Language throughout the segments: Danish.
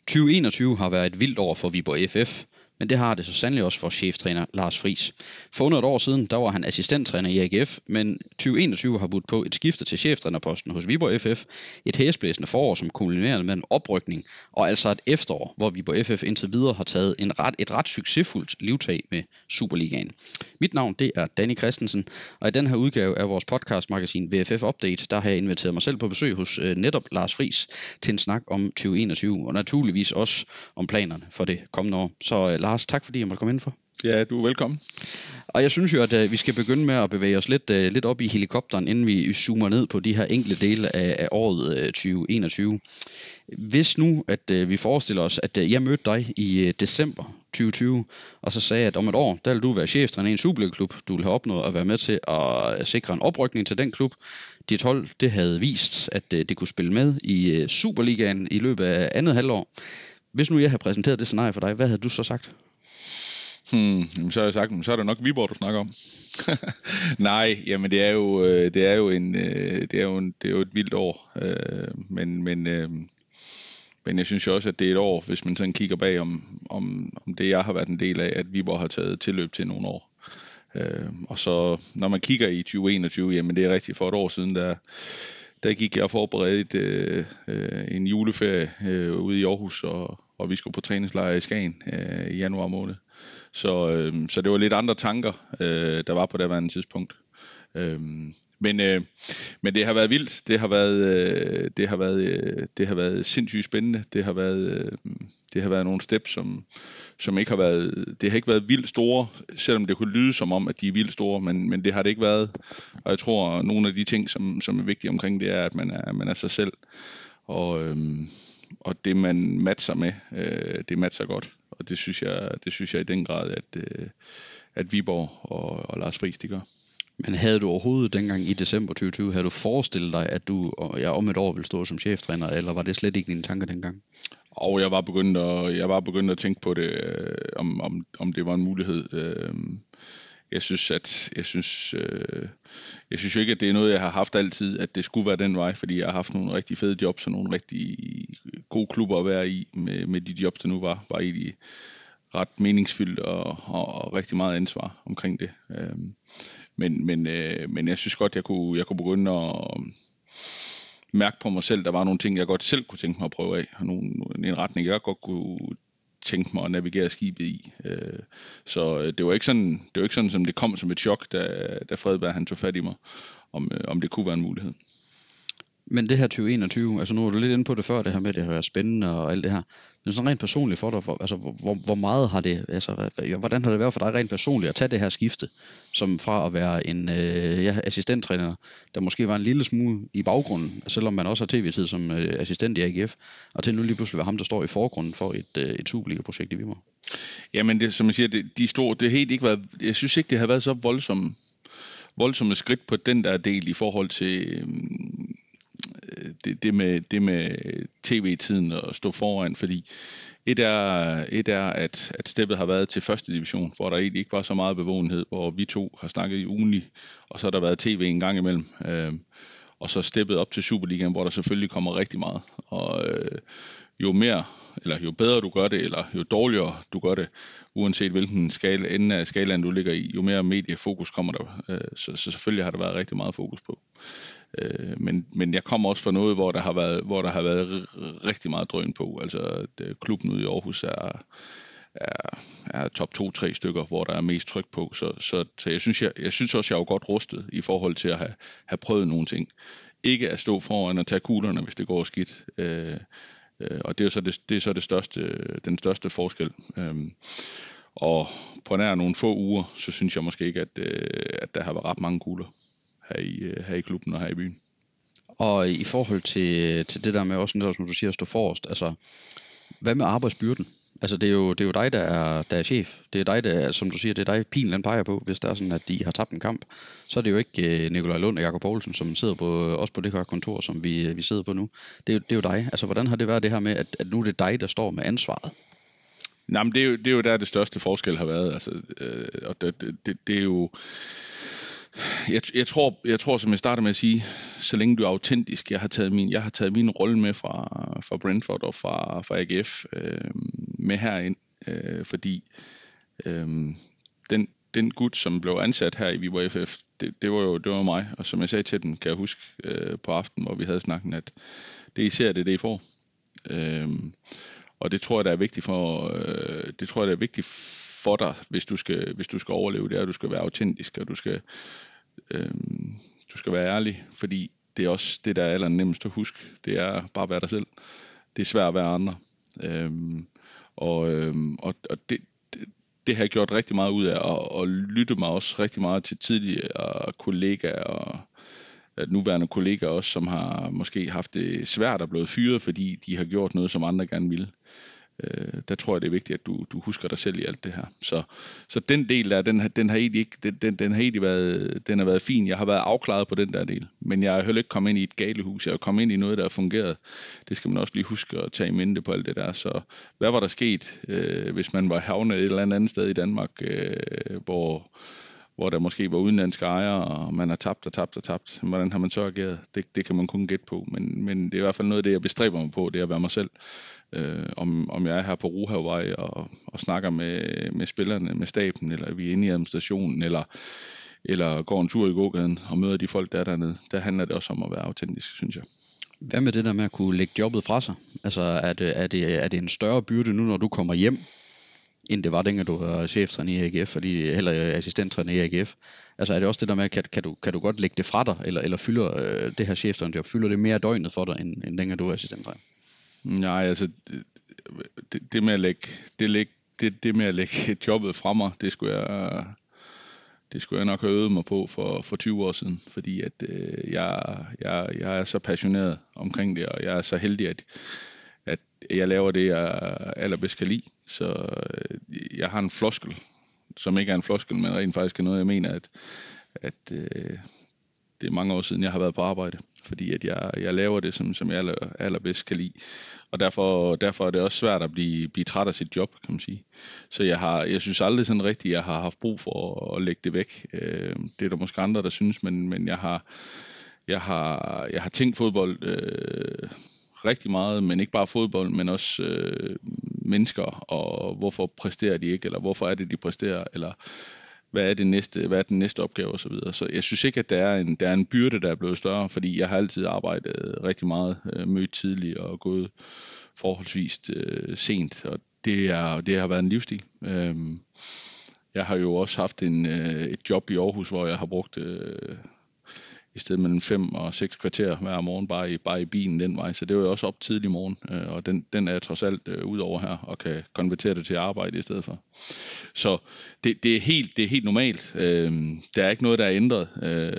2021 har været et vildt år for Viborg FF, men det har det så sandelig også for cheftræner Lars Friis. For under et år siden, der var han assistenttræner i AGF, men 2021 har budt på et skifte til cheftrænerposten hos Viborg FF, et hæsblæsende forår, som kulminerede med en oprykning, og altså et efterår, hvor Viborg FF indtil videre har taget et ret succesfuldt livtag med Superligaen. Mit navn, det er Danny Christensen, og i den her udgave af vores podcastmagasin VFF Update, der har jeg inviteret mig selv på besøg hos netop Lars Friis til en snak om 2021, og naturligvis også om planerne for det kommende år. Så Lars, tak fordi jeg måtte komme indenfor. Ja, du er velkommen. Og jeg synes jo, at vi skal begynde med at bevæge os lidt op i helikopteren, inden vi zoomer ned på de her enkelte dele af året 2021. Hvis nu, at vi forestiller os, at jeg mødte dig i december 2020, og så sagde, at om et år, der vil du være cheftræner i en Superliga-klub. Du vil have opnået at være med til at sikre en oprykning til den klub. Dit hold, det havde vist, at det kunne spille med i Superligaen i løbet af andet halvår. Hvis nu jeg havde præsenteret det scenarie for dig, hvad havde du så sagt? Så har jeg sagt, så er det nok Viborg, du snakker om. Nej, jamen det er jo et vildt år. Men jeg synes jo også, at det er et år, hvis man sådan kigger bag om det, jeg har været en del af, at Viborg har taget tilløb til nogle år. Og så når man kigger i 2021, jamen det er rigtigt, for et år siden, der gik jeg og forberedte en juleferie ude i Aarhus, og vi skulle på træningslejr i Skagen i januar måned. Så det var lidt andre tanker, der var på det andet tidspunkt. Men det har været vildt. Det har været sindssygt spændende. Det har været nogle steps, som ikke har været. Det har ikke været vildt store, selvom det kunne lyde som om, at de er vildt store, men det har det ikke været. Og jeg tror, at nogle af de ting, som er vigtige omkring det, er, at man er sig selv. Og det man matcher med, det matcher godt. Og det synes jeg i den grad, at Viborg og Lars Friis, de gør. Men havde du overhovedet dengang i december 2020, havde du forestillet dig, at du om et år ville stå som cheftræner, eller var det slet ikke dine tanker dengang? Og jeg var begyndt at tænke på det, om det var en mulighed. Jeg synes jo ikke, at det er noget, jeg har haft altid, at det skulle være den vej, fordi jeg har haft nogle rigtig fede jobs og nogle rigtig gode klubber at være i med de jobs, der nu var i de ret meningsfyldt og rigtig meget ansvar omkring det. Men jeg synes godt, jeg kunne begynde at mærke på mig selv, der var nogle ting, jeg godt selv kunne tænke mig at prøve af, og en retning, jeg godt kunne tænke mig at navigere skibet i. Så det var ikke sådan, som det kom som et chok, da Fredberg han tog fat i mig, om det kunne være en mulighed. Men det her 2021, altså nu er du lidt inde på det før, det her med, at det har været spændende og alt det her. Men sådan rent personligt for dig, hvor meget har det, altså hvordan har det været for dig rent personligt at tage det her skifte, som fra at være en assistenttræner, der måske var en lille smule i baggrunden, selvom man også har tv-tid som assistent i AGF, og til nu lige pludselig være ham, der står i forgrunden for et Superliga-projekt i Viborg? Jamen det, som jeg siger, det har helt ikke været, jeg synes ikke, det har været så voldsomme skridt på den der del i forhold til det med tv-tiden og stå foran, fordi et er at steppet har været til første division, hvor der egentlig ikke var så meget bevågenhed, hvor vi to har snakket i ugenlig, og så har der været tv en gang imellem, og så steppet op til Superligaen, hvor der selvfølgelig kommer rigtig meget, og jo bedre du gør det, eller jo dårligere du gør det, uanset hvilken ende af skalaen du ligger i, jo mere mediefokus kommer der, så selvfølgelig har der været rigtig meget fokus på. Men jeg kommer også fra noget, hvor der har været rigtig meget drøn på. Altså at klubben ude i Aarhus er top 2-3 stykker, hvor der er mest tryk på. Så jeg synes også, jeg er jo godt rustet i forhold til at have prøvet nogle ting. Ikke at stå foran og tage kuglerne, hvis det går skidt. Og det er så den største forskel. Og på nær nogle få uger, så synes jeg måske ikke, at der har været ret mange kugler her i klubben og her i byen. Og i forhold til det der med også, som du siger, at stå forrest, altså hvad med arbejdsbyrden? Altså det er jo dig, der er chef. Det er dig, der, som du siger, det er dig, pilen peger på. Hvis det er sådan, at de har tabt en kamp, så er det jo ikke Nikolaj Lund og Jakob Poulsen, som sidder også på det her kontor, som vi sidder på nu. Det er jo dig. Altså hvordan har det været det her med, at nu er det dig, der står med ansvaret? Nej, men det er jo der det største forskel har været. Altså, og det er jo Jeg tror, som jeg starter med at sige, så længe du er autentisk. Jeg har taget min rolle med fra Brentford og fra AGF med herind, fordi den gut, som blev ansat her i Viborg FF, det var mig. Og som jeg sagde til den, kan jeg huske på aftenen, hvor vi havde snakken, at det I ser, det I får. Og det tror jeg, der er vigtigt for dig, hvis du skal overleve. Det er, at du skal være autentisk, og du skal være ærlig, fordi det er også det, der er allernemmest at huske. Det er bare at være dig selv. Det er svært at være andre. Og det har jeg gjort rigtig meget ud af, og lytte mig også rigtig meget til tidligere kollegaer og nuværende kollegaer også, som har måske haft det svært at blive fyret, fordi de har gjort noget, som andre gerne ville. Der tror jeg, det er vigtigt, at du husker dig selv i alt det her. Så den del der, den har egentlig været fin. Jeg har været afklaret på den der del, men jeg har heller ikke kommet ind i et galehus. Jeg har kommet ind i noget, der har fungeret. Det skal man også lige huske at tage i mente på alt det der. Så hvad var der sket, hvis man var havnet et eller andet sted i Danmark, hvor der måske var udenlandske ejere, og man har tabt. Hvordan har man så ageret? Det kan man kun gætte på, men det er i hvert fald noget af det, jeg bestræber mig på, det er at være mig selv. Om jeg er her på Rohavvej og snakker med spillerne, med staben, eller vi er inde i administrationen, eller går en tur i gågaden og møder de folk, der er dernede. Der handler det også om at være autentisk, synes jeg. Hvad med det der med at kunne lægge jobbet fra sig? Altså er det en større byrde nu, når du kommer hjem, end det var dengang du var cheftræner i AGF, eller assistenttræner i AGF? Altså er det også det der med, kan du godt lægge det fra dig, eller fylder det her cheftrænerjob, fylder det mere døgnet for dig, end dengang du var assistenttræner? Nej, altså det med at lægge jobbet fra mig, det skulle jeg nok have øvet mig på for 20 år siden, fordi at jeg er så passioneret omkring det, og jeg er så heldig, at jeg laver det, jeg allerbedst kan lide. Så jeg har en floskel, som ikke er en floskel, men rent faktisk er noget, jeg mener, at det er mange år siden, jeg har været på arbejde, fordi at jeg laver det, som jeg allerbedst kan lide. Og derfor er det også svært at blive træt af sit job, kan man sige. Så jeg synes aldrig sådan rigtigt, jeg har haft brug for at lægge det væk. Det er der måske andre, der synes, men jeg har tænkt fodbold rigtig meget, men ikke bare fodbold, men også mennesker, og hvorfor præsterer de ikke, eller hvorfor er det, de præsterer, eller hvad er den næste opgave og så videre. Så jeg synes ikke, at der er en byrde, der er blevet større, fordi jeg har altid arbejdet rigtig meget, mødt tidligt og gået forholdsvis sent, og det har været en livsstil. Jeg har jo også haft et job i Aarhus, hvor jeg har brugt i stedet mellem 5 og 6 kvarter hver morgen bare i bilen den vej, så det var jo også op tidlig morgen, og den er jeg trods alt ud over her, og kan konvertere det til arbejde i stedet for. Så det er helt normalt. Der er ikke noget, der er ændret.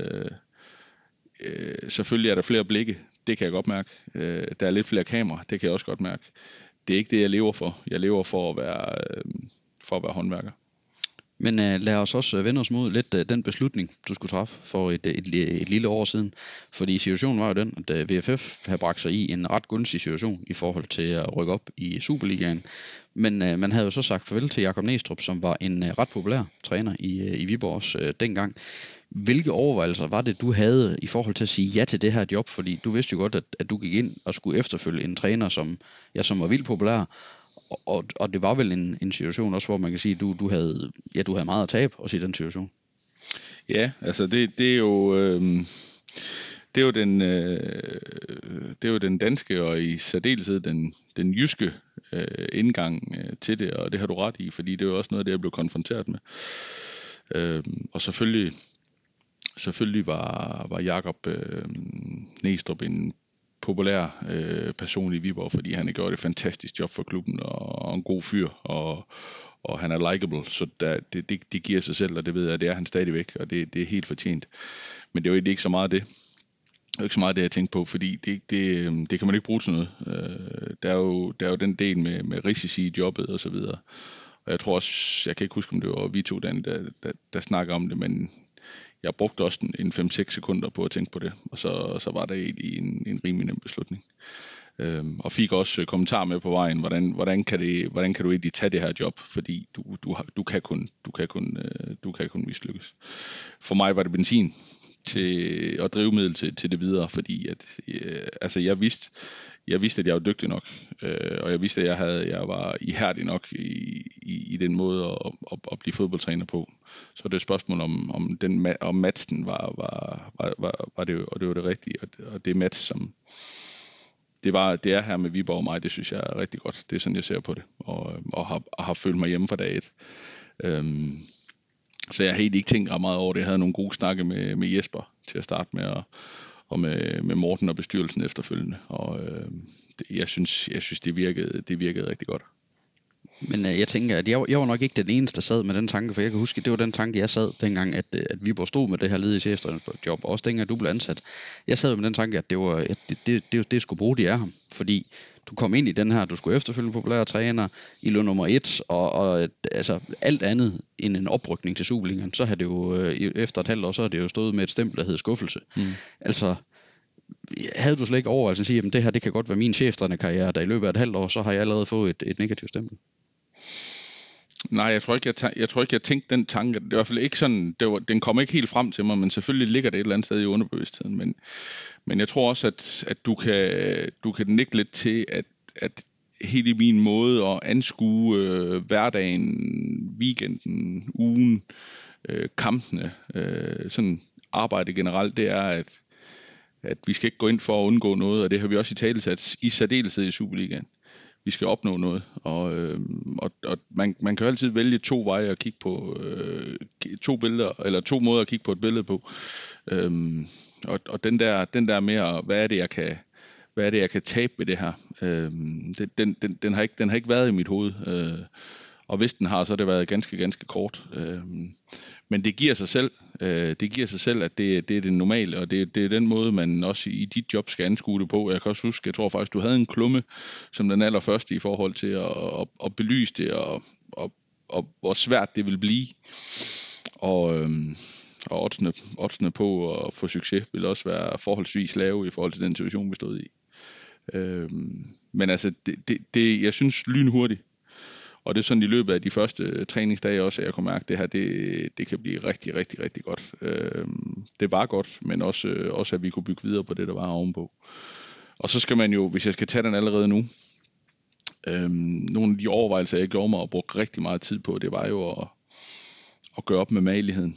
Selvfølgelig er der flere blikke, det kan jeg godt mærke. Der er lidt flere kameraer, det kan jeg også godt mærke. Det er ikke det, jeg lever for. Jeg lever for at være håndværker. Men lad os også vende os mod lidt den beslutning, du skulle træffe for et lille år siden. Fordi situationen var jo den, at VFF havde bragt sig i en ret gunstig situation i forhold til at rykke op i Superligaen. Men man havde jo så sagt farvel til Jakob Næstrup, som var en ret populær træner i Viborg også dengang. Hvilke overvejelser var det, du havde i forhold til at sige ja til det her job? Fordi du vidste jo godt, at du gik ind og skulle efterfølge en træner, som var vildt populær. Og det var vel en situation også, hvor man kan sige, at du havde meget at tabe også i den situation. Ja, altså det er jo den danske og i særdeleshed den jyske indgang til det, og det har du ret i, fordi det er jo også noget af det, jeg blev konfronteret med. Og selvfølgelig var Jakob Næstrup en populær person i Viborg, fordi han har gjort et fantastisk job for klubben, og en god fyr, og han er likable, så det giver sig selv, og det ved jeg, det er han stadigvæk, og det er helt fortjent. Men det er jo ikke så meget det. Det er ikke så meget det, jeg tænkte på, fordi det kan man ikke bruge til noget. Der er jo den del med risici i jobbet og så videre. Og jeg tror også, jeg kan ikke huske, om det var vi to, der snakker om det, men jeg brugte også en 5-6 sekunder på at tænke på det, og så var det egentlig en rimelig nem beslutning. Og fik også kommentar med på vejen, hvordan kan du egentlig tage det her job, fordi du kan kun mislykkes. For mig var det benzin til og drivmiddel til det videre, fordi at jeg vidste, at jeg var dygtig nok, og jeg vidste, at jeg var ihærdig nok i den måde at blive fodboldtræner på. Så det er et spørgsmål om matchen var det, og det var det rigtige, og det match, som det er her med Viborg og mig, det synes jeg er rigtig godt. Det er sådan, jeg ser på det, og har følt mig hjemme fra dag et. Så jeg har helt ikke tænkt ret meget over det. Jeg havde nogle gode snakke med Jesper til at starte med, og med Morten og bestyrelsen efterfølgende. Og jeg synes det virkede rigtig godt. Men jeg tænker, at jeg var nok ikke den eneste, der sad med den tanke, for jeg kan huske, at det var den tanke, jeg sad dengang, at Viborg stod med det her ledige cheftrænerjob, og også dengang du blev ansat. Jeg sad med den tanke, at det skulle bruge de af ham, fordi du kom ind i den her, du skulle efterfølgende populære træner i løn nummer 1, og altså alt andet end en oprykning til Superligaen, så har det jo efter et halvt år, så har det jo stået med et stempel, der hed skuffelse. Altså, havde du slet ikke overvejelsen at sige, at det her, det kan godt være min cheftrænerkarriere, der i løbet af et halvt år, så har jeg allerede fået et negativt stempel? Nej, jeg tror ikke, jeg tænkte den tanke. Det er i hvert fald ikke sådan, den kom ikke helt frem til mig, men selvfølgelig ligger det et eller andet sted i underbevidstheden. Men jeg tror også, at du kan nikke lidt til, at hele min måde at anskue hverdagen, weekenden, ugen, kampene, sådan arbejde generelt, det er, at vi skal ikke gå ind for at undgå noget, og det har vi også i talesat i særdeleshed i Superligaen. Vi skal opnå noget, og man kan jo altid vælge to veje at kigge på, to billeder, eller to måder at kigge på et billede på. Og den der med, hvad er det jeg kan tabe ved det her, den har ikke været i mit hoved. Og hvis den har, så har det været ganske kort. Men det giver sig selv. Det giver sig selv, at det er det normale, og det er den måde, man også i dit job skal anskue det på. Jeg kan også huske, jeg tror faktisk, du havde en klumme som den allerførste i forhold til at belyse det, og hvor svært det vil blive. Og oddsene på at få succes vil også være forholdsvis lave i forhold til den situation, vi stod i. Men altså, jeg synes lynhurtigt, og det er sådan i løbet af de første træningsdage også, at jeg kunne mærke, at det her, det kan blive rigtig godt. Det var godt, men også at vi kunne bygge videre på det, der var ovenpå. Og så skal man jo, hvis jeg skal tage den allerede nu, nogle af de overvejelser, jeg gjorde mig og brugte rigtig meget tid på, det var jo at gøre op med mageligheden.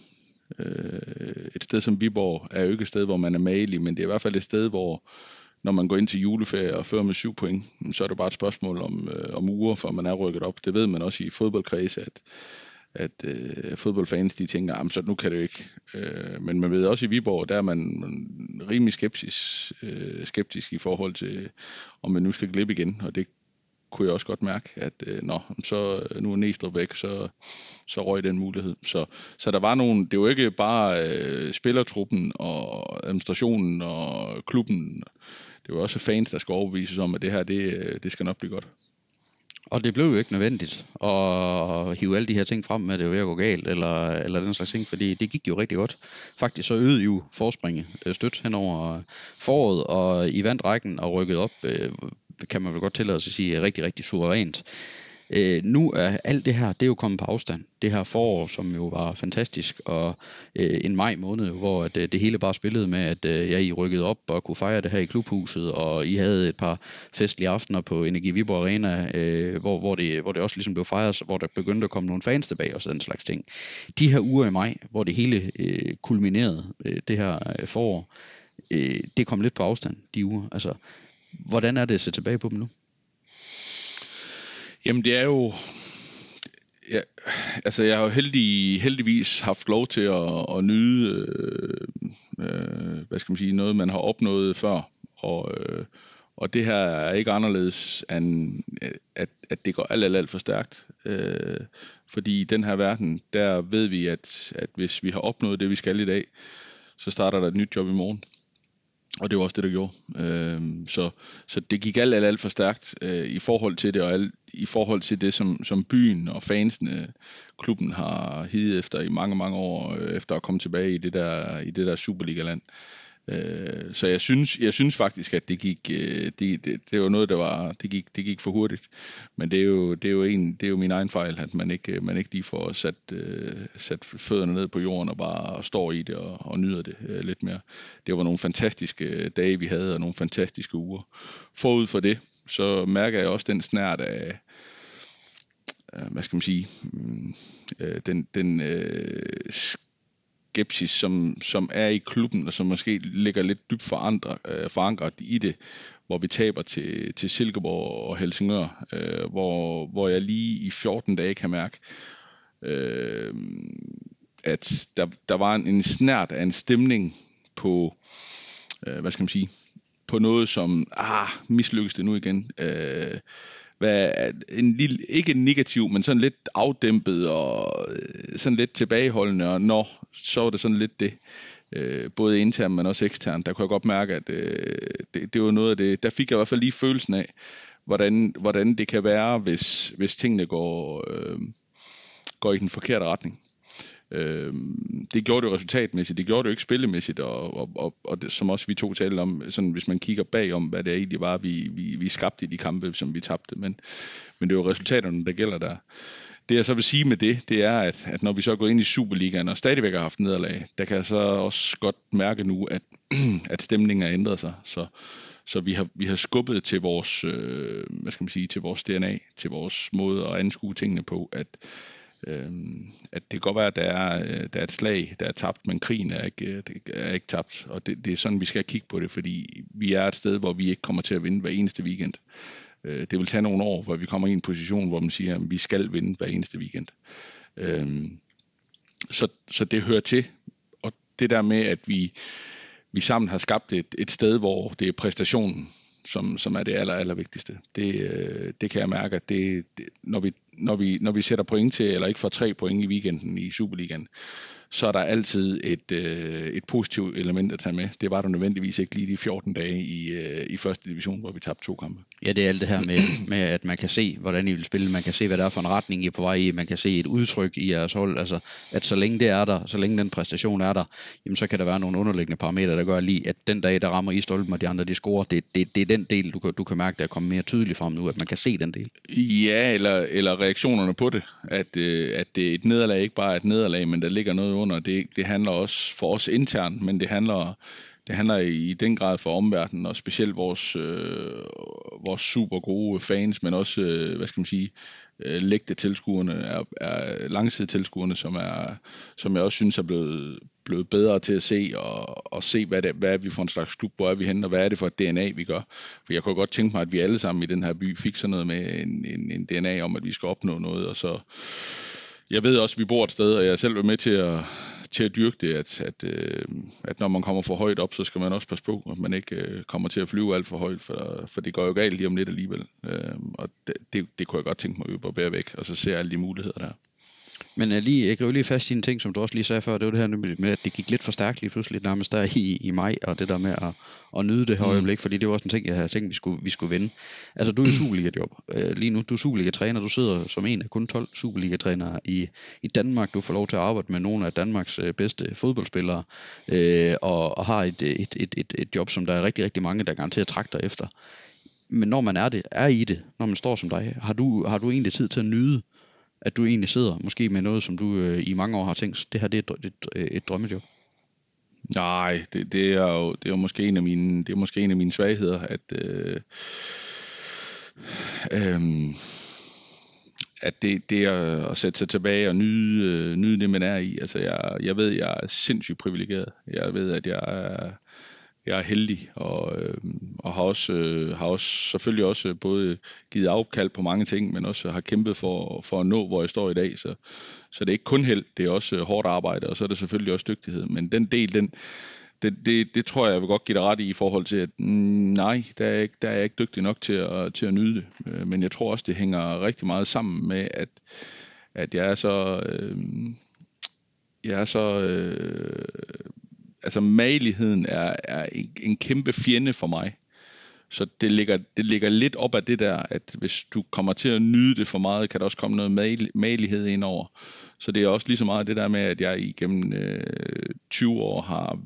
Et sted som Viborg er jo ikke et sted, hvor man er magelig, men det er i hvert fald et sted, hvor når man går ind til juleferie og fører med 7 point, så er det bare et spørgsmål om uger, før man er rykket op. Det ved man også i fodboldkredse, at fodboldfans, de tænker, så nu kan det jo ikke. Men man ved også i Viborg, der er man rimelig skeptisk i forhold til, om man nu skal glippe igen, og det kunne jeg også godt mærke, at så nu er Næstrup væk, så røg den mulighed. Så der var nogle, det var ikke bare spillertruppen og administrationen og klubben, det var også fans, der skal overbevises om, at det her, det skal nok blive godt. Og det blev jo ikke nødvendigt at hive alle de her ting frem med, at det var ved at gå galt, eller den slags ting, fordi det gik jo rigtig godt. Faktisk så øgede jo forspringet stødt hen over foråret, og I vandt rækken og rykket op, kan man vel godt tillade sig at sige, rigtig suverænt. Nu er alt det her, det er jo kommet på afstand. Det her forår, som jo var fantastisk, og en maj måned, hvor det hele bare spillede med, at I rykkede op og kunne fejre det her i klubhuset, og I havde et par festlige aftener på Energi Viborg Arena, hvor det også ligesom blev fejret, hvor der begyndte at komme nogle fans tilbage og sådan en slags ting. De her uger i maj, hvor det hele kulminerede, det her forår, det kom lidt på afstand, de uger. Altså, hvordan er det at se tilbage på dem nu? Jamen det er jo, jeg har jo heldigvis haft lov til at nyde, hvad skal man sige, noget man har opnået før, og det her er ikke anderledes end, at det går alt for stærkt, fordi i den her verden, der ved vi, at hvis vi har opnået det, vi skal i dag, så starter der et nyt job i morgen. Og det var også det, der gjorde. Så det gik alt for stærkt i forhold til det, og i forhold til det, som byen og fansene, klubben har higet efter i mange år, efter at komme tilbage i det der Superliga-land. Så jeg synes faktisk, at det gik, det var noget, det gik for hurtigt. Men det er jo min egen fejl, at man ikke lige får sat fødderne ned på jorden og bare står i det og nyder det lidt mere. Det var nogle fantastiske dage, vi havde, og nogle fantastiske uger. Forud for det, så mærker jeg også den snert af, hvad skal man sige, den skepsis, som er i klubben, og som måske ligger lidt dybt forankret i det, hvor vi taber til Silkeborg og Helsingør, hvor jeg lige i 14 dage kan mærke, at der var en snert af en stemning på, hvad skal man sige, på noget som, mislykkes det nu igen, ikke negativ, men sådan lidt afdæmpet og sådan lidt tilbageholdende, og så var det sådan lidt det, både internt, men også eksternt. Der kunne jeg godt mærke, at det var noget af det, der fik jeg i hvert fald lige følelsen af, hvordan det kan være, hvis tingene går i den forkerte retning. Det gjorde det jo resultatmæssigt, det gjorde det jo ikke spillemæssigt, og det, som også vi to talte om, sådan hvis man kigger bag om, hvad det egentlig var, vi skabte i de kampe, som vi tabte, men det er jo resultaterne, der gælder der. Det jeg så vil sige med det er, at når vi så går ind i Superligaen og stadigvæk har haft nederlag, der kan jeg så også godt mærke nu, at stemningen har ændret sig, så vi har skubbet til vores, hvad skal man sige, til vores DNA, til vores måde at anskue tingene på, at det kan godt være, at der er et slag, der er tabt, men krigen er ikke tabt, og det er sådan, vi skal kigge på det, fordi vi er et sted, hvor vi ikke kommer til at vinde hver eneste weekend. Det vil tage nogle år, hvor vi kommer i en position, hvor man siger, at vi skal vinde hver eneste weekend. Så det hører til, og det der med, at vi sammen har skabt et sted, hvor det er præstationen, som er det aller vigtigste. Det kan jeg mærke, at når vi sætter point til, eller ikke får 3 point i weekenden i Superligaen, så er der altid et positivt element at tage med. Det var der nødvendigvis ikke lige de 14 dage i første division, hvor vi tabte 2 kampe. Ja, det er alt det her med, at man kan se, hvordan I vil spille. Man kan se, hvad der er for en retning, I er på vej i. Man kan se et udtryk i jeres hold. Altså, at så længe det er der, så længe den præstation er der, jamen, så kan der være nogle underliggende parametre, der gør lige, at den dag, der rammer I stolpen, og de andre, de scorer. Det er den del, du kan mærke, der er kommet mere tydeligt frem nu, at man kan se den del. Ja, eller reaktionerne på det. At det et nederlag ikke bare er et nederlag, men der ligger noget under. Det handler også for os internt, men det handler i den grad for omverdenen, og specielt vores super gode fans, men også, hvad skal man sige, lægte tilskuerne, er langside tilskuerne, som jeg også synes er blevet bedre til at se, og se, hvad er vi for en slags klub, hvor er vi henne, og hvad er det for et DNA, vi gør. For jeg kunne godt tænke mig, at vi alle sammen i den her by fik sådan noget med en DNA om, at vi skal opnå noget, og så jeg ved også, at vi bor et sted, og jeg er selv med til at dyrke det, at når man kommer for højt op, så skal man også passe på, at man ikke kommer til at flyve alt for højt, for det går jo galt lige om lidt alligevel. Og det kunne jeg godt tænke mig at bære væk, og så se alle de muligheder der. Men jeg griber lige fast i en ting, som du også lige sagde før, det var det her med, at det gik lidt for stærkt lige pludselig nærmest der i maj, og det der med at nyde det her øjeblik, fordi det var også en ting, jeg havde tænkt, vi skulle vinde. Altså, du er jo Superliga-job lige nu, du er Superliga-træner, du sidder som en af kun 12 Superliga-trænere i Danmark, du får lov til at arbejde med nogle af Danmarks bedste fodboldspillere, og har et job, som der er rigtig, rigtig mange, der garanteret trakter efter. Men når man er i det, når man står som dig, har du egentlig tid til at nyde, at du egentlig sidder måske med noget, som du i mange år har tænkt, det her det er et drømmejob? Nej, det er jo måske en af mine svagheder, at det er at sætte sig tilbage og nyde det, man er i. Altså jeg ved, jeg er sindssygt privilegeret. Jeg ved, at jeg er heldig, og har også selvfølgelig også både givet afkald på mange ting, men også har kæmpet for at nå, hvor jeg står i dag. Så det er ikke kun held, det er også hårdt arbejde, og så er det selvfølgelig også dygtighed. Men den del, det tror jeg vil godt give dig ret i forhold til, at nej, der er jeg ikke dygtig nok til at nyde det. Men jeg tror også, det hænger rigtig meget sammen med, at jeg er så... altså mageligheden er en kæmpe fjende for mig. Så det ligger lidt op af det der, at hvis du kommer til at nyde det for meget, kan der også komme noget magelighed ind over. Så det er også lige så meget det der med, at jeg igennem 20 år har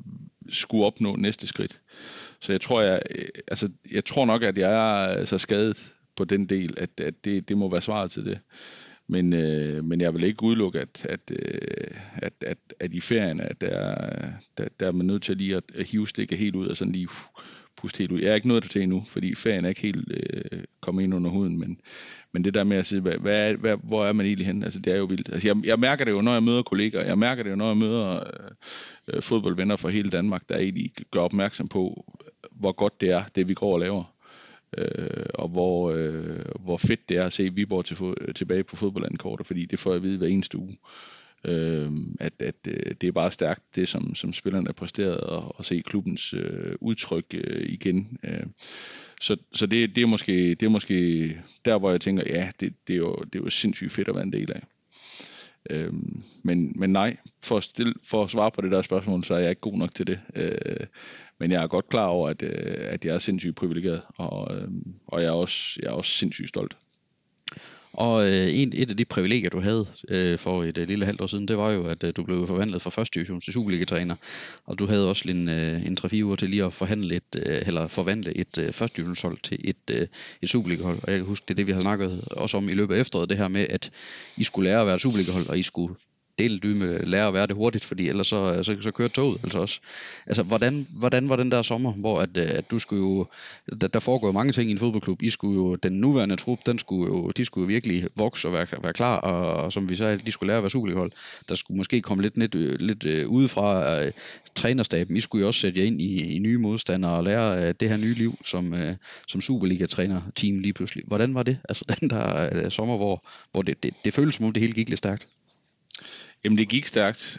skulle opnå næste skridt. Så jeg tror nok, at jeg er så skadet på den del, at det må være svaret til det. Men jeg vil ikke udelukke, at i ferien, der er man nødt til lige at hive stikket helt ud og sådan lige puste helt ud. Jeg er ikke nået til endnu, fordi ferien er ikke helt kommet ind under huden, men det der med at sige, hvor er man egentlig henne? Altså, det er jo vildt. Altså, jeg mærker det jo, når jeg møder kollegaer. Jeg mærker det jo, når jeg møder fodboldvenner fra hele Danmark, der egentlig gør opmærksom på, hvor godt det er, det vi går og laver. Og hvor fedt det er at se Viborg tilbage på fodboldlandkortet, fordi det får jeg at vide hver eneste uge. At det er bare stærkt, det som spillerne har præsteret, og se klubbens udtryk igen. Så det er måske der, hvor jeg tænker, ja, det er jo sindssygt fedt at være en del af. Men nej, for at svare på det der spørgsmål, så er jeg ikke god nok til det. Men jeg er godt klar over, at jeg er sindssygt privilegeret, og jeg er også sindssygt stolt. Og et af de privilegier, du havde for et lille halvt år siden, det var jo, at du blev forvandlet fra første division til Superliga-træner. Og du havde også en 3-4 uger til lige at forvandle et første divisionshold til et Superliga-hold. Og jeg kan huske, det er det, vi har snakket også om i løbet af efteråret, det her med, at I skulle lære at være et Superliga-hold, og I skulle lære at være det hurtigt, fordi ellers så kører toget altså også. Altså, hvordan var den der sommer, hvor at du skulle jo, der foregår mange ting i en fodboldklub. I skulle jo, den nuværende trup, de skulle jo virkelig vokse og være klar, og som vi sagde, de skulle lære at være Superliga-hold. Der skulle måske komme lidt udefra trænerstaben. I skulle jo også sætte jer ind i nye modstandere og lære det her nye liv som Superliga-træner-team lige pludselig. Hvordan var det? Altså den der sommer, hvor det føltes som om det hele gik lidt stærkt. Jamen det gik stærkt,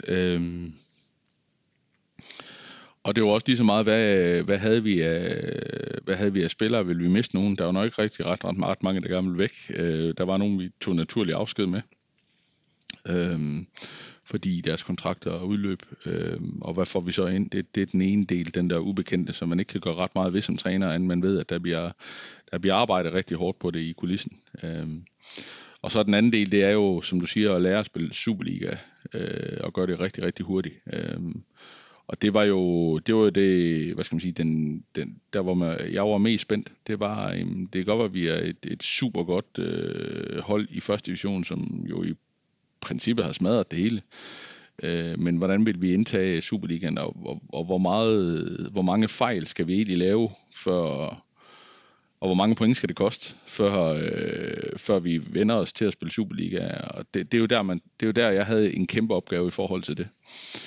og det var også lige så meget, hvad havde vi af spillere, ville vi miste nogen? Der var nok ikke rigtig ret mange, der gerne ville væk. Der var nogen, vi tog naturlig afsked med, fordi deres kontrakter udløb, og hvad får vi så ind? Det er den ene del, den der ubekendte, som man ikke kan gøre ret meget ved som træner, end man ved, at der bliver arbejdet rigtig hårdt på det i kulissen. Og så den anden del, det er jo, som du siger, at lære at spille Superliga, og gøre det rigtig, rigtig hurtigt. Og det var jo det, hvad skal man sige, der hvor jeg var mest spændt. Det kan godt være, at vi er et super godt hold i første division, som jo i princippet har smadret det hele. Men hvordan vil vi indtage Superligaen, og hvor mange fejl skal vi egentlig lave, og hvor mange point skal det koste, før vi vender os til at spille Superliga? Og det er jo der, jeg havde en kæmpe opgave i forhold til det.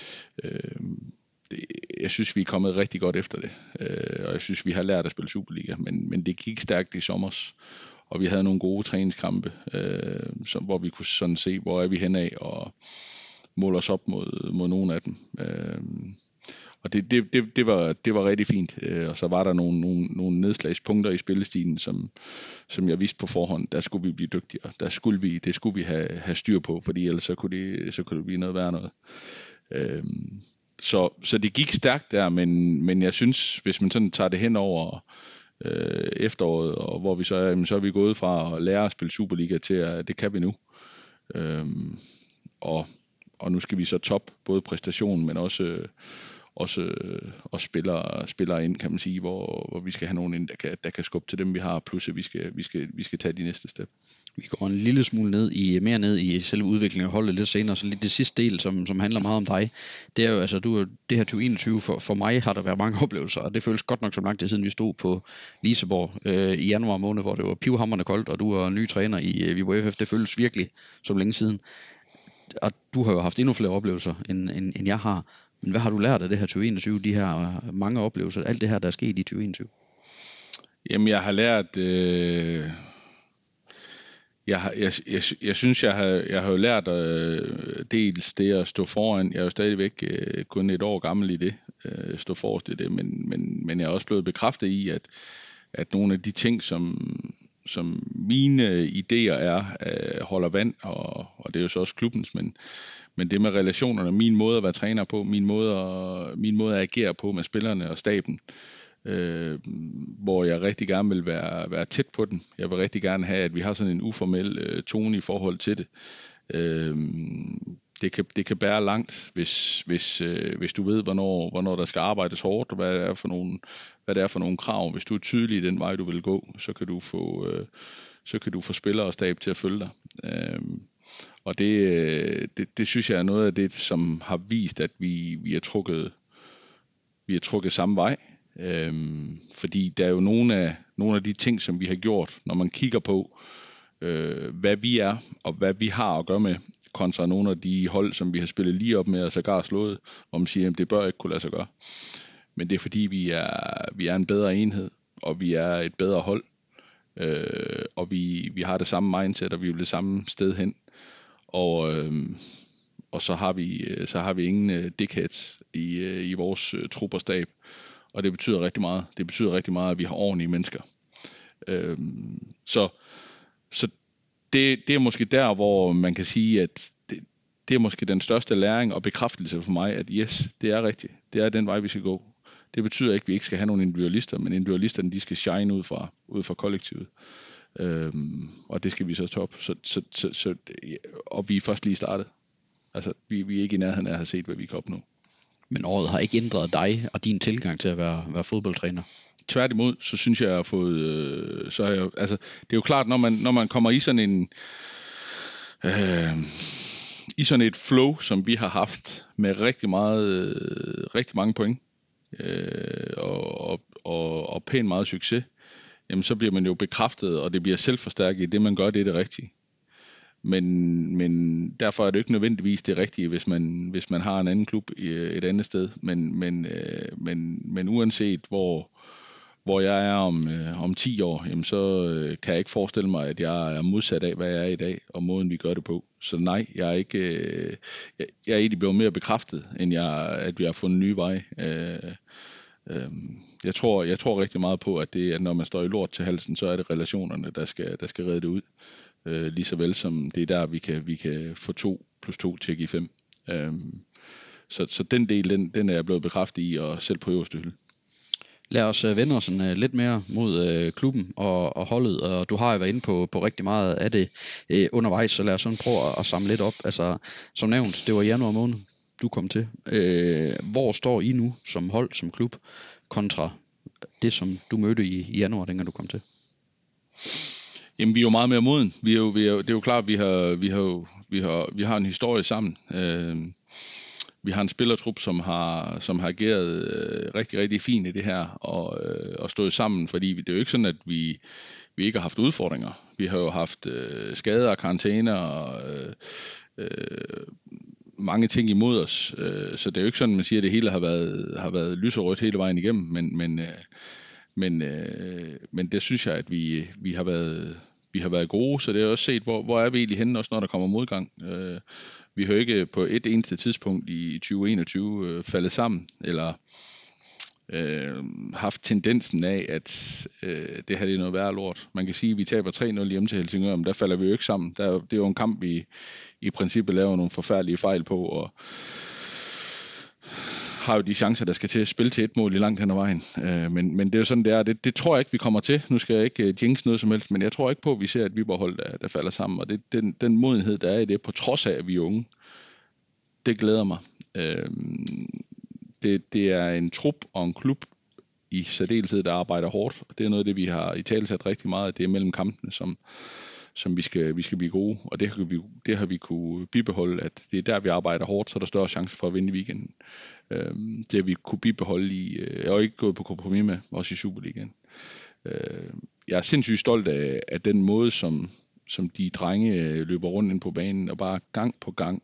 Jeg synes, vi er kommet rigtig godt efter det, og jeg synes, vi har lært at spille Superliga, men det gik stærkt i sommers, og vi havde nogle gode træningskampe, hvor vi kunne sådan se, hvor er vi henad, og måle os op mod nogle af dem. Og det var rigtig fint, og så var der nogle nedslagspunkter i spillestilen, som jeg vidste på forhånd, der skulle vi blive dygtigere, det skulle vi have styr på, fordi ellers så kunne det blive noget værre noget. Så det gik stærkt der, men jeg synes, hvis man sådan tager det hen over efteråret, og hvor vi så er vi gået fra at lære at spille Superliga til, at det kan vi nu. Og nu skal vi så top både præstationen, men også spillere ind, kan man sige, hvor vi skal have nogen ind, der kan skubbe til dem, vi har, plus at vi skal tage de næste step. Vi går en lille smule mere ned i selve udviklingen af holdet lidt senere, så lige det sidste del, som handler meget om dig, det er jo, altså det her 2021, for mig har der været mange oplevelser, og det føles godt nok som lang tid siden, vi stod på Liseborg i januar måned, hvor det var pivhamrende koldt, og du var ny træner i Viborg FF, det føles virkelig som længe siden. Og du har jo haft endnu flere oplevelser, end jeg har. Men hvad har du lært af det her 2021, de her mange oplevelser, alt det her, der er sket i 2021? Jamen, jeg har lært... Jeg synes, jeg har jo lært dels det at stå foran. Jeg er jo stadigvæk kun et år gammel i det, stå forrest i det, men jeg er også blevet bekræftet i, at nogle af de ting, som mine idéer holder vand, og det er jo så også klubbens, men det med relationerne, min måde at være træner på, min måde at agere på med spillerne og staben, hvor jeg rigtig gerne vil være tæt på den. Jeg vil rigtig gerne have, at vi har sådan en uformel tone i forhold til det. det kan bære langt, hvis du ved, hvornår der skal arbejdes hårdt, og hvad det er for nogle krav. Hvis du er tydelig i den vej, du vil gå, så kan du få spillere og stab til at følge dig. Og det synes jeg er noget af det, som har vist, at vi har trukket samme vej. Fordi der er jo nogle af de ting, som vi har gjort, når man kigger på, hvad vi er, og hvad vi har at gøre med, kontra nogle af de hold, som vi har spillet lige op med, og sågar slået, hvor man siger, at det bør ikke kunne lade sig gøre. Men det er fordi, vi er en bedre enhed, og vi er et bedre hold, og vi har det samme mindset, og vi vil det samme sted hen. Og så har vi ingen dickheads i vores trup og stab, og det betyder rigtig meget. Det betyder rigtig meget, at vi har ordentlige mennesker. Så det er måske der, hvor man kan sige, at det er måske den største læring og bekræftelse for mig, at yes, det er rigtigt. Det er den vej, vi skal gå. Det betyder ikke, at vi ikke skal have nogle individualister, men individualisterne, de skal shine ud fra kollektivet. Og det skal vi så top. Og vi er først lige startet. Altså, vi er ikke i nærheden af at have set, hvad vi kan opnå. Men året har ikke ændret dig og din tilgang til at være fodboldtræner? Tværtimod, så synes jeg, at jeg har fået... det er jo klart, når man kommer i sådan en... i sådan et flow, som vi har haft, med rigtig mange point, og pænt meget succes, jamen så bliver man jo bekræftet, og det bliver selvforstærket i det, man gør, det er det rigtige. Men derfor er det ikke nødvendigvis det rigtige, hvis man har en anden klub et andet sted. Men uanset hvor jeg er om 10 år, jamen så kan jeg ikke forestille mig, at jeg er modsat af, hvad jeg er i dag, og måden vi gør det på. Så nej, jeg er egentlig blevet mere bekræftet, end at vi har fundet nye veje. Jeg tror rigtig meget på, at det, at når man står i lort til halsen, så er det relationerne, der skal redde det ud. Lige så vel som det er der, vi kan få 2 + 2 til at give 5. Så den del, den er jeg blevet bekræftet i, og selv på øverste hylde. Lad os vende os lidt mere mod klubben og holdet, og du har jo været inde på rigtig meget af det undervejs, så lad os sådan prøve at samle lidt op. Altså, som nævnt, det var januar måned, du kom til. Hvor står I nu som hold, som klub, kontra det, som du mødte i januar, dengang du kom til? Jamen, vi er jo meget mere moden. Det er jo klart, vi har en historie sammen. Vi har en spillertrup, som har ageret rigtig, rigtig fint i det her, og stået sammen, fordi det er jo ikke sådan, at vi ikke har haft udfordringer. Vi har jo haft skader og karantæner og mange ting imod os, så det er jo ikke sådan, man siger, at det hele har været lyserødt hele vejen igennem, men det synes jeg, at vi har været gode, så det er også set, hvor er vi egentlig henne, også når der kommer modgang. Vi har jo ikke på et eneste tidspunkt i 2021 faldet sammen, eller haft tendensen af, at det her det er noget værre lort. Man kan sige, at vi taber 3-0 hjemme til Helsingør, men der falder vi jo ikke sammen. Det er jo en kamp, vi i princippet laver nogle forfærdelige fejl på, og har jo de chancer, der skal til at spille til 1 mål i langt hen ad vejen. Men det er jo sådan, det er. Det tror jeg ikke, vi kommer til. Nu skal jeg ikke jinx noget som helst, men jeg tror ikke på, at vi ser et Viborg-hold, der falder sammen. Og den modenhed, der er i det, på trods af, at vi er unge, det glæder mig. Det er en trup og en klub i særdeleshed, der arbejder hårdt. Og det er noget af det, vi har i tale sat rigtig meget. Det er mellem kampene, som vi skal blive gode. Og det har vi kunne bibeholde, at det er der, vi arbejder hårdt, så er der større chance for at vinde i weekenden. Det har vi kunne bibeholde og ikke gået på kompromis med, også i Superligaen. Jeg er sindssygt stolt af den måde, som de drenge løber rundt ind på banen, og bare gang på gang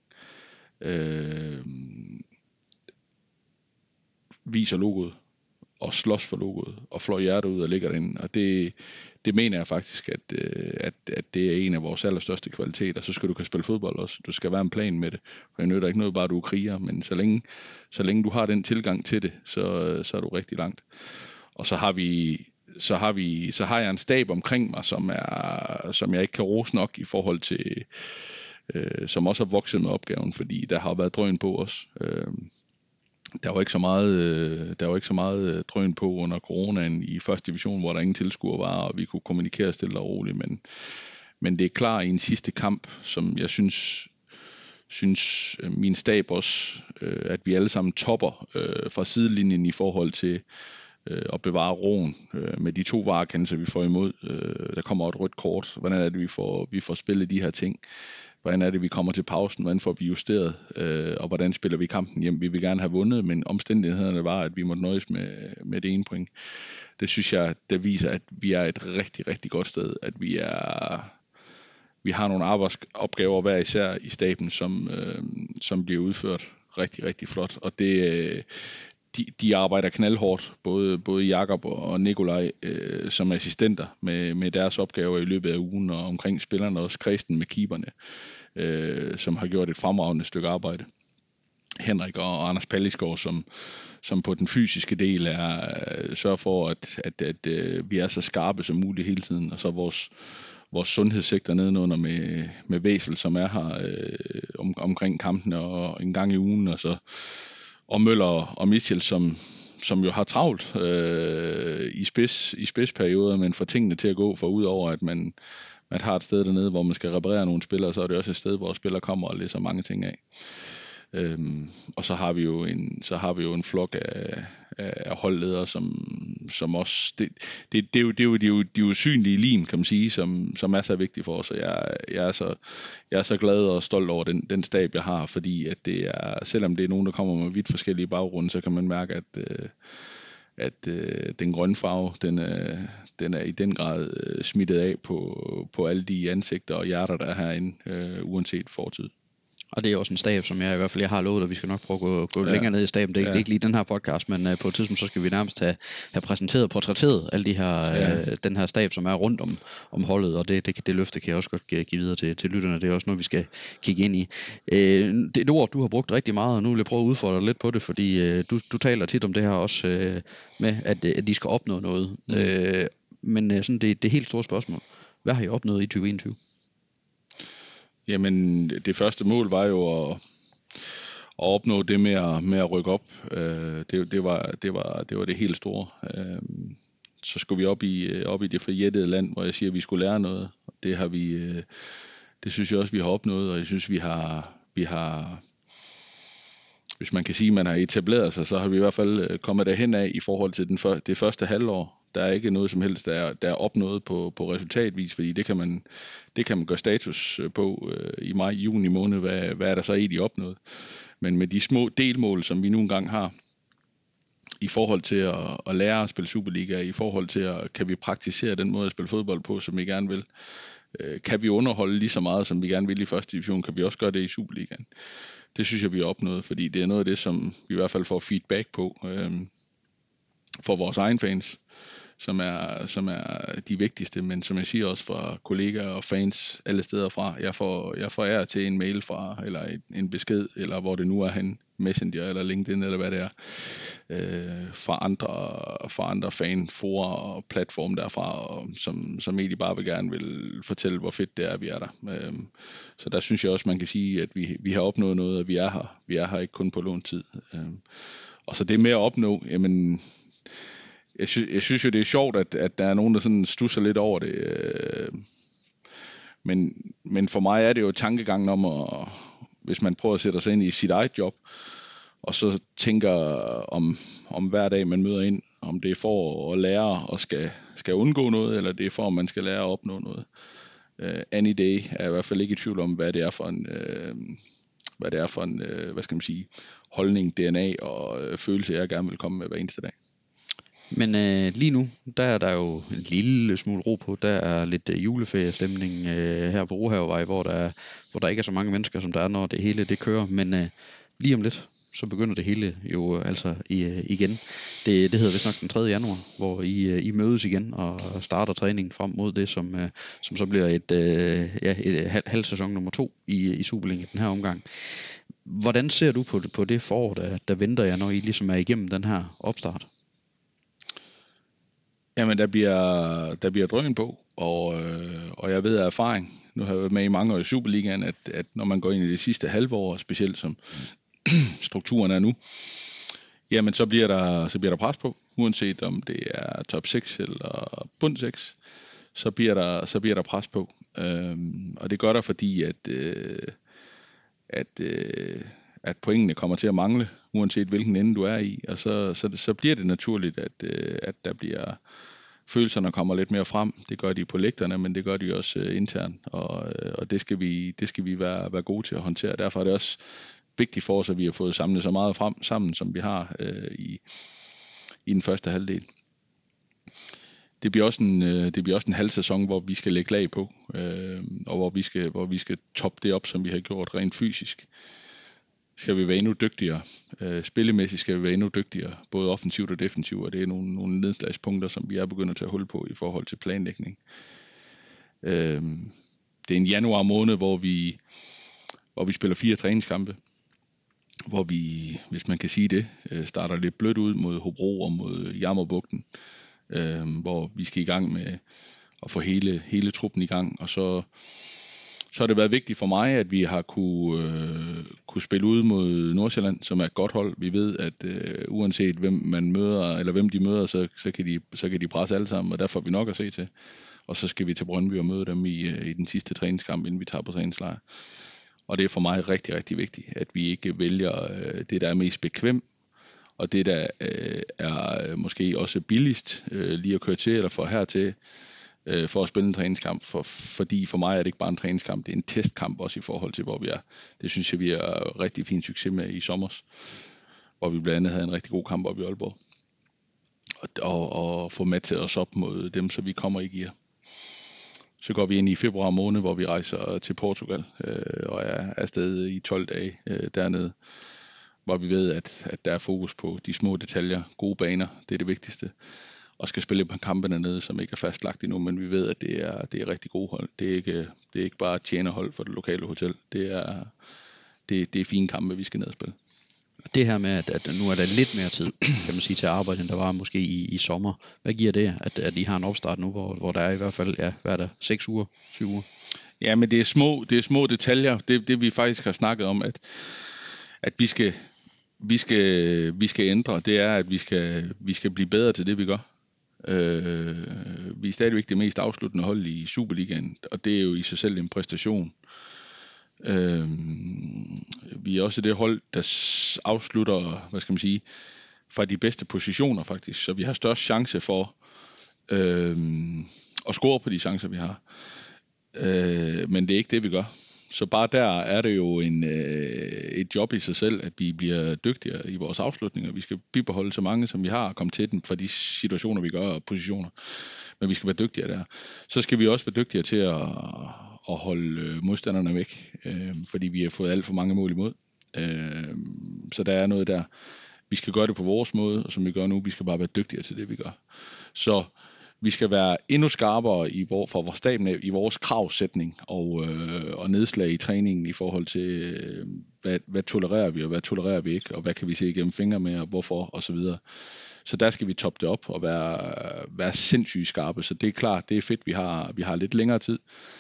viser logoet, og slås for logoet, og flår hjertet ud og ligger derinde. Og det mener jeg faktisk, at det er en af vores allerstørste kvaliteter. Så skal du kunne spille fodbold også. Du skal være en plan med det. For jeg nytter ikke noget, bare du er kriger, men så længe du har den tilgang til det, så er du rigtig langt. Og så har jeg en stab omkring mig, som jeg ikke kan rose nok i forhold til, som også har vokset med opgaven, fordi der har været drøn på os. Der var ikke så meget drøn på under coronaen i første division, hvor der ingen tilskuere var, og vi kunne kommunikere stille og roligt, men det er klart i en sidste kamp, som jeg synes synes min stab også, at vi alle sammen topper fra sidelinjen i forhold til at bevare roen med de 2 varekendelser, vi får imod. Der kommer et rødt kort. Hvordan er det, vi får spillet de her ting? Hvordan er det, vi kommer til pausen? Hvordan får vi justeret? Og hvordan spiller vi kampen hjem? Vi vil gerne have vundet, men omstændighederne var, at vi måtte nøjes med det ene point. Det synes jeg, det viser, at vi er et rigtig, rigtig godt sted. At vi har nogle arbejdsopgaver hver især i staben, som bliver udført rigtig, rigtig flot. Og det, de arbejder knaldhårdt, både Jakob og Nikolaj som assistenter med deres opgaver i løbet af ugen, og omkring spillerne også Kristen med keeperne, som har gjort et fremragende stykke arbejde. Henrik og Anders Pallisgaard, som på den fysiske del sørger for, at vi er så skarpe som muligt hele tiden, og så vores sundhedssektor nedenunder med Væsel, som er her omkring kampene og en gang i ugen, og Møller og Mitchell, som jo har travlt i spidsperioder, men får tingene til at gå, for udover at man har et sted dernede, hvor man skal reparere nogle spillere, så er det også et sted, hvor spillere kommer og læser mange ting af. Og så har vi jo en flok af holdledere, som også det er jo de usynlige lim, kan man sige, som er så vigtige for os. Og jeg er så glad og stolt over den stab jeg har, fordi at det er, selvom det er nogen der kommer med vidt forskellige baggrunde, så kan man mærke at den grønne farve, den er i den grad smittet af på alle de ansigter og hjerter der er herinde, uanset fortid. Og det er også en stab, som jeg i hvert fald har lovet, at vi skal nok prøve at gå længere ned i staben. Det er ikke lige den her podcast, men på et tidspunkt, så skal vi nærmest have præsenteret og portrætteret alle de her, den her stab, som er rundt om holdet, og det løfte kan jeg også godt give videre til lytterne. Det er også noget, vi skal kigge ind i. Det er et ord, du har brugt rigtig meget, og nu vil jeg prøve at udfordre dig lidt på det, fordi du taler tit om det her også med, at de skal opnå noget. Men sådan det helt store spørgsmål. Hvad har I opnået i 2021? Jamen, det første mål var jo at opnå det med at rykke op. Det var det helt store. Så skulle vi op i det forjættede land, hvor jeg siger, at vi skulle lære noget. Det har vi. Det synes jeg også, vi har opnået, og jeg synes, vi har hvis man kan sige, at man har etableret sig, så har vi i hvert fald kommet derhen af i forhold til det første halvår. Der er ikke noget som helst, der er opnået på resultatvis, fordi det kan man gøre status på i maj-juni måned, hvad er der så egentlig opnået. Men med de små delmål, som vi nu engang har, i forhold til at lære at spille Superliga, i forhold til kan vi praktisere den måde at spille fodbold på, som vi gerne vil, kan vi underholde lige så meget, som vi gerne vil i første division, kan vi også gøre det i Superligaen. Det synes jeg, vi har opnået, fordi det er noget af det, som vi i hvert fald får feedback på for vores egen fans, som er de vigtigste, men som jeg siger også fra kollegaer og fans alle steder fra. Jeg får ære til en mail fra, eller en besked, eller hvor det nu er hen, Messenger eller LinkedIn, eller hvad det er, fra andre fanforer og platforme derfra, og som egentlig bare gerne vil fortælle, hvor fedt det er, at vi er der. Så der synes jeg også, man kan sige, at vi har opnået noget, og vi er her. Vi er her ikke kun på lånt tid. Og så det med at opnå, jamen, jeg synes jo, det er sjovt, at der er nogen, der sådan stusser lidt over det. Men for mig er det jo tankegangen om, hvis man prøver at sætte sig ind i sit eget job, og så tænker om hver dag, man møder ind, om det er for at lære og skal undgå noget, eller det er for, at man skal lære at opnå noget. Any day er i hvert fald ikke i tvivl om, hvad det er for en, hvad skal man sige, holdning, DNA og følelse, jeg gerne vil komme med hver eneste dag. Men lige nu, der er der jo en lille smule ro på. Der er lidt juleferiestemning her på Rohavevej, hvor der ikke er så mange mennesker, som der er, når det hele det kører. Men lige om lidt, så begynder det hele jo altså igen. Det hedder vist nok den 3. januar, hvor I mødes igen og starter træningen frem mod det, som så bliver et halv sæson nummer 2 i Superliga den her omgang. Hvordan ser du på det forår, der venter jer, når I ligesom er igennem den her opstart? Jamen, der bliver drøn på, og jeg ved af erfaring, nu har jeg været med i mange år i Superligaen, at når man går ind i det sidste halve år, specielt som strukturen er nu, jamen så bliver der pres på, uanset om det er top 6 eller bund 6, så bliver der pres på. Og det gør der, fordi at pointene kommer til at mangle, uanset hvilken ende du er i, og så bliver det naturligt, at der bliver følelserne kommer lidt mere frem. Det gør de på lægterne, men det gør de også internt, og det skal vi være gode til at håndtere. Derfor er det også vigtigt for os, at vi har fået samlet så meget frem sammen, som vi har i den første halvdel. Det bliver også en halv sæson, hvor vi skal lægge lag på, og hvor vi skal toppe det op, som vi har gjort rent fysisk. Skal vi være endnu dygtigere. Spillemæssigt skal vi være endnu dygtigere, både offensivt og defensivt, og det er nogle nedslagspunkter, som vi er begyndt at tage hul på i forhold til planlægning. Det er en januar måned, hvor vi spiller 4 træningskampe, hvor vi, hvis man kan sige det, starter lidt blødt ud mod Hobro og mod Jammerbugten, hvor vi skal i gang med at få hele truppen i gang, og så har det været vigtigt for mig, at vi har kunne spille ud mod Nordsjælland, som er et godt hold. Vi ved, at uanset hvem man møder, eller hvem de møder, så kan de presse alle sammen, og derfor har vi nok at se til. Og så skal vi til Brøndby og møde dem i den sidste træningskamp, inden vi tager på træningslejr. Og det er for mig rigtig, rigtig vigtigt, at vi ikke vælger det, der er mest bekvemt, og det, der er måske også billigst lige at køre til, eller få hertil, for at spille en træningskamp, fordi for mig er det ikke bare en træningskamp, det er en testkamp også i forhold til, hvor vi er. Det synes jeg, vi har rigtig fin succes med i sommer, hvor vi blandt andet havde en rigtig god kamp oppe i Aalborg. Og få med til os op mod dem, så vi kommer i gear. Så går vi ind i februar måned, hvor vi rejser til Portugal, og er afsted i 12 dage dernede, hvor vi ved, at der er fokus på de små detaljer, gode baner, det er det vigtigste. Og skal spille et par kampe dernede, som ikke er fastlagt endnu, men vi ved, at det er rigtig gode hold. Det er ikke bare tjenerhold for det lokale hotel. Det er fine kampe, vi skal ned og spille. Det her med, at nu er der lidt mere tid, kan man sige, til at arbejde, end der var måske i sommer. Hvad giver det, at I har en opstart nu, hvor der er i hvert fald, hvad er der, 6 uger, 7 uger? Ja, men det er små detaljer. Det vi faktisk har snakket om, at vi skal ændre, det er, at vi skal blive bedre til det, vi gør. Vi er stadigvæk det mest afsluttende hold i Superligaen, og det er jo i sig selv en præstation. Vi er også det hold, der afslutter, hvad skal man sige, fra de bedste positioner faktisk, så vi har størst chance for at score på de chancer, vi har. Men det er ikke det, vi gør. Så bare der er det jo et job i sig selv, at vi bliver dygtigere i vores afslutninger. Vi skal bibeholde så mange, som vi har, og komme til den for de situationer, vi gør, og positioner. Men vi skal være dygtigere der. Så skal vi også være dygtigere til at holde modstanderne væk, fordi vi har fået alt for mange mål imod. Så der er noget der. Vi skal gøre det på vores måde, og som vi gør nu, vi skal bare være dygtigere til det, vi gør. Så vi skal være endnu skarpere fra vores staben af, i vores kravsætning og nedslag i træningen i forhold til, hvad tolererer vi, og hvad tolererer vi ikke, og hvad kan vi se igennem fingre med, og hvorfor, og så videre. Så der skal vi toppe det op og være sindssygt skarpe. Så det er klart, det er fedt, vi har lidt længere tid.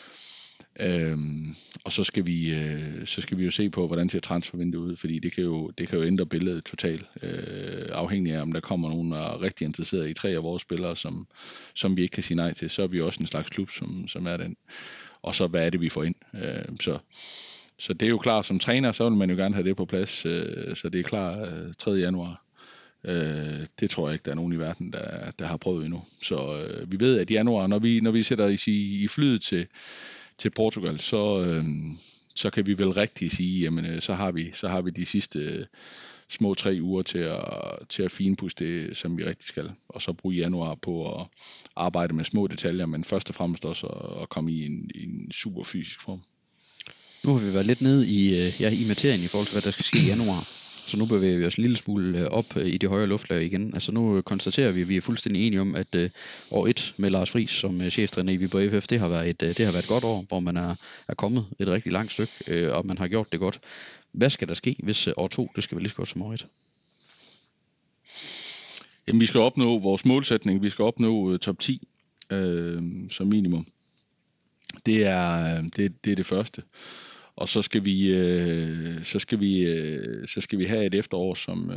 Og så skal vi jo se på, hvordan ser transfervinduet ud, fordi det kan jo ændre billedet totalt, afhængig af om der kommer nogen, der er rigtig interesseret i 3 af vores spillere, som vi ikke kan sige nej til. Så er vi også en slags klub, som er den. Og så hvad er det, vi får ind? Så det er jo klart, som træner, så vil man jo gerne have det på plads, så det er klar 3. januar. Det tror jeg ikke, der er nogen i verden, der har prøvet endnu. Så vi ved, at i januar, når vi sætter i flyet til Portugal, så kan vi vel rigtig sige, jamen så har vi de sidste små 3 uger til at finpudse det, som vi rigtig skal. Og så bruge januar på at arbejde med små detaljer, men først og fremmest også at komme i en super fysisk form. Nu har vi været lidt nede i materien i forhold til, hvad der skal ske i januar. Så nu bevæger vi os en lille smule op i det højere luftlag igen. Altså nu konstaterer vi, at vi er fuldstændig enige om, at år 1 med Lars Friis som cheftræner i Viborg FF, det har været et godt år, hvor man er kommet et rigtig langt stykke, og man har gjort det godt. Hvad skal der ske, hvis år 2, det skal være lige så godt som år 1? Jamen vi skal opnå vores målsætning, vi skal opnå top 10 som minimum. Det er det første. Og så skal vi have et efterår,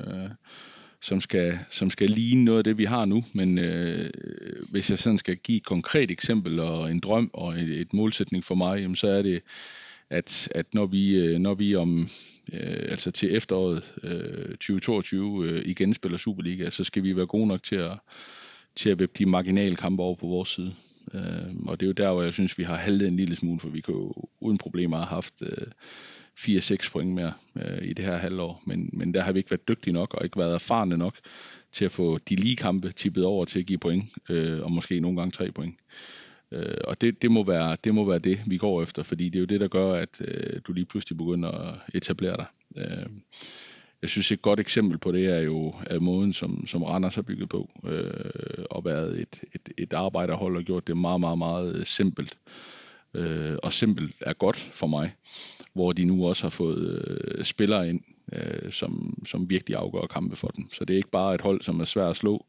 som skal ligne noget af det, vi har nu. Men hvis jeg sådan skal give et konkret eksempel og en drøm og et målsætning for mig, jamen, så er det, at når vi om altså til efteråret 2022 igen spiller Superliga, så skal vi være gode nok til at vippe de marginale kampe over på vores side. Og det er jo der, hvor jeg synes, vi har haltet en lille smule, for vi kan jo uden problemer have haft 4-6 point mere i det her halvår. Men der har vi ikke været dygtige nok, og ikke været erfarne nok til at få de lige kampe tippet over til at give point, og måske nogle gange 3 point. Og det må være det, vi går efter, fordi det er jo det, der gør, at du lige pludselig begynder at etablere dig. Jeg synes et godt eksempel på det er jo måden, som Randers har bygget på, og været et arbejderhold og gjort det meget, meget, meget simpelt. Og simpelt er godt for mig, hvor de nu også har fået spillere ind, som virkelig afgør kampe for dem. Så det er ikke bare et hold, som er svært at slå,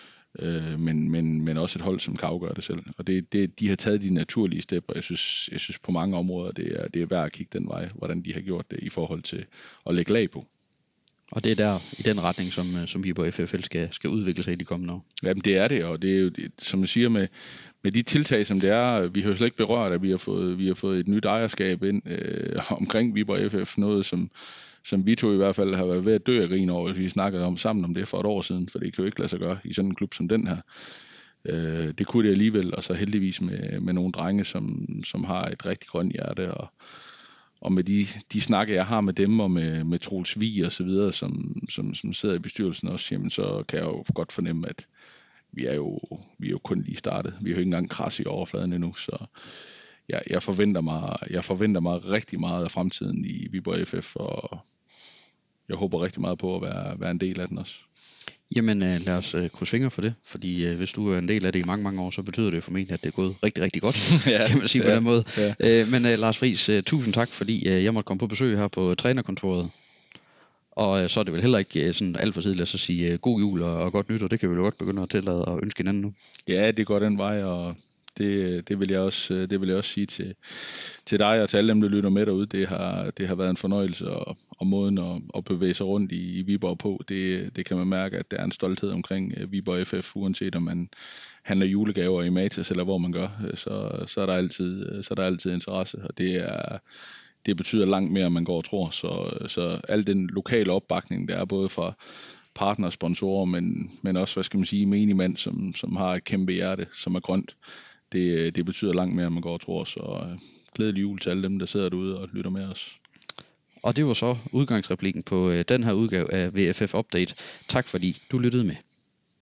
men også et hold, som kan afgøre det selv. Og de har taget de naturlige step, og jeg synes på mange områder, det er værd at kigge den vej, hvordan de har gjort det i forhold til at lægge lag på. Og det er der i den retning, som Viborg FFL skal udvikle sig i de kommende år. Jamen det er det, og det er jo, som jeg siger, med de tiltag, som det er, vi har jo slet ikke berørt, at vi har fået et nyt ejerskab ind omkring Viborg FF, noget som vi to i hvert fald har været ved at dø af grin over, hvis vi snakkede om sammen om det for et år siden, for det kan jo ikke lade sig gøre i sådan en klub som den her. Det kunne det alligevel, og så heldigvis med nogle drenge, som har et rigtig grønt hjerte, og med de snakke, jeg har med dem, og med Troels Vig og så videre, som sidder i bestyrelsen også, jamen, så kan jeg jo godt fornemme, at vi er jo kun lige startet. Vi har jo ikke engang kras i overfladen endnu, så jeg forventer mig rigtig meget af fremtiden i Viborg FF, og jeg håber rigtig meget på at være en del af den også. Jamen lad os krydse fingre for det, fordi hvis du er en del af det i mange, mange år, så betyder det formentlig, at det er gået rigtig, rigtig godt, ja, kan man sige på den måde. Ja. Men Lars Friis, tusind tak, fordi jeg måtte komme på besøg her på trænerkontoret. Og så er det vel heller ikke sådan alt for tidligt at så sige god jul og godt nytår. Det kan vi jo godt begynde at tillade og ønske hinanden nu. Ja, det går den vej, og det vil jeg også sige til dig og til alle dem, der lytter med derude. Det har været en fornøjelse, og måden at bevæge sig rundt i Viborg på, det kan man mærke, at der er en stolthed omkring Viborg FF, uanset om man handler julegaver i Matas eller hvor man gør, så er der altid interesse, og det betyder langt mere, end man går og tror. Så al den lokale opbakning, der er både fra partner og sponsorer, men også, hvad skal man sige, menigmand, som har et kæmpe hjerte, som er grønt, det betyder langt mere, end man går og tror. Så glædelig jul til alle dem, der sidder derude og lytter med os. Og det var så udgangsreplikken på den her udgave af VFF Update. Tak fordi du lyttede med.